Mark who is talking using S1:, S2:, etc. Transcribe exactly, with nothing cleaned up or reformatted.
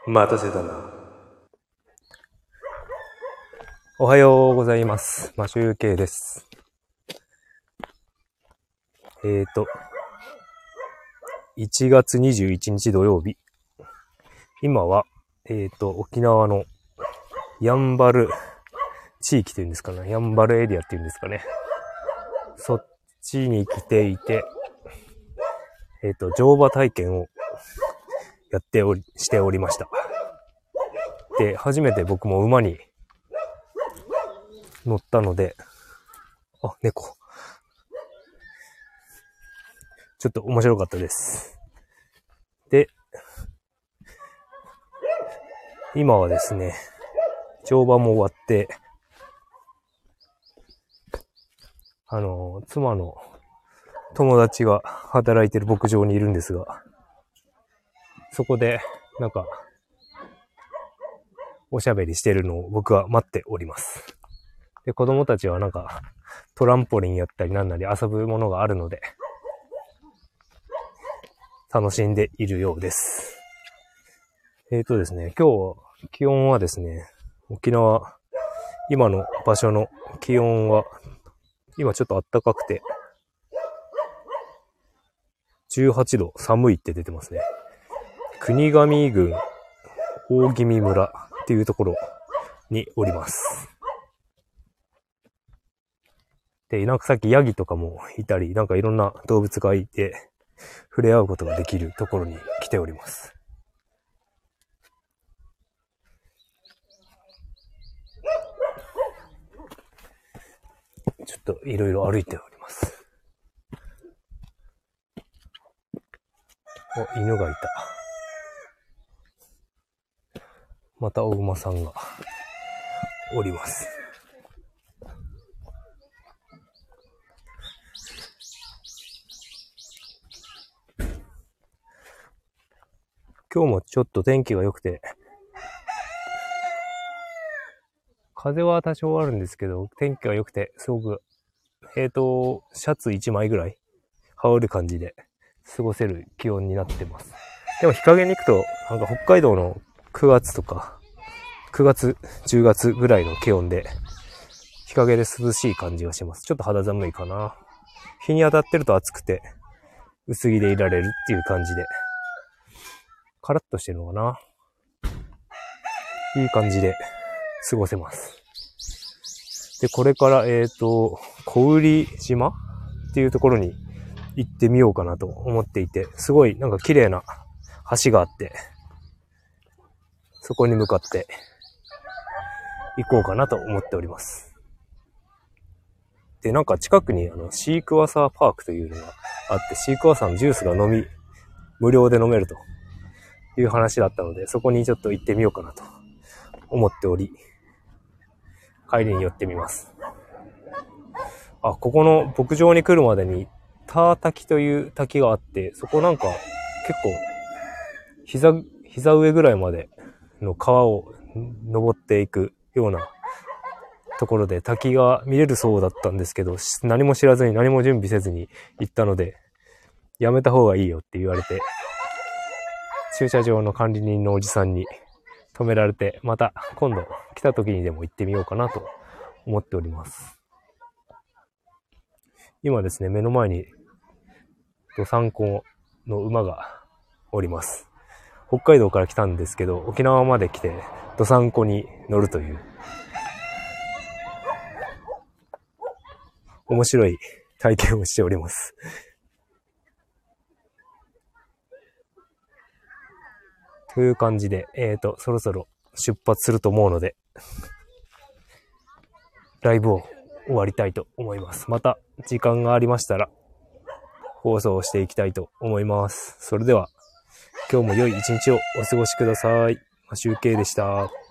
S1: 待たせたな。おはようございます。マシュウケイです。えーと、いちがつにじゅういちにち土曜日。今は、えーと、沖縄のやんばる地域というんですかね。やんばるエリアっていうんですかね。そっちに来ていて、えーと、乗馬体験をやっており、しておりました。で、初めて僕も馬に乗ったので、あ、猫。ちょっと面白かったです。で、今はですね、乗馬も終わって、あの、妻の友達が働いてる牧場にいるんですが、そこで、なんか、おしゃべりしてるのを僕は待っております。で、子供たちはなんか、トランポリンやったりなんなり遊ぶものがあるので、楽しんでいるようです。えーとですね、今日、気温はですね、沖縄、今の場所の気温は、今ちょっと暖かくて、じゅうはちど、寒いって出てますね。国頭郡大宜味村っていうところにおります。で、なんかさっきヤギとかもいたり、なんかいろんな動物がいて、触れ合うことができるところに来ております。ちょっといろいろ歩いております。お、犬がいた。またお馬さんがおります。今日もちょっと天気が良くて、風は多少あるんですけど、天気が良くて、すごく、えーと、シャツいちまいぐらい羽織る感じで過ごせる気温になってます。でも日陰に行くと、なんか北海道のくがつとか、くがつ、じゅうがつぐらいの気温で、日陰で涼しい感じがします。ちょっと肌寒いかな。日に当たってると暑くて、薄着でいられるっていう感じで、カラッとしてるのかな。いい感じで過ごせます。で、これから、えっと、小売島っていうところに行ってみようかなと思っていて、すごいなんか綺麗な橋があって、そこに向かって行こうかなと思っております。で、なんか近くにあのシークワーサーパークというのがあって、シークワーサーのジュースが飲み、無料で飲めるという話だったので、そこにちょっと行ってみようかなと思っており、帰りに寄ってみます。あ、ここの牧場に来るまでにター滝という滝があって、そこなんか結構膝、膝上ぐらいまでの川を登っていくようなところで滝が見れるそうだったんですけど、何も知らずに何も準備せずに行ったので、やめた方がいいよって言われて、駐車場の管理人のおじさんに止められて、また今度来た時にでも行ってみようかなと思っております。今ですね、目の前にどさんこの馬がおります。北海道から来たんですけど、沖縄まで来てどさんこに乗るという面白い体験をしております。という感じで、えーと、そろそろ出発すると思うので、ライブを終わりたいと思います。また時間がありましたら放送していきたいと思います。それでは今日も良い一日をお過ごしください。マシュウケイでした。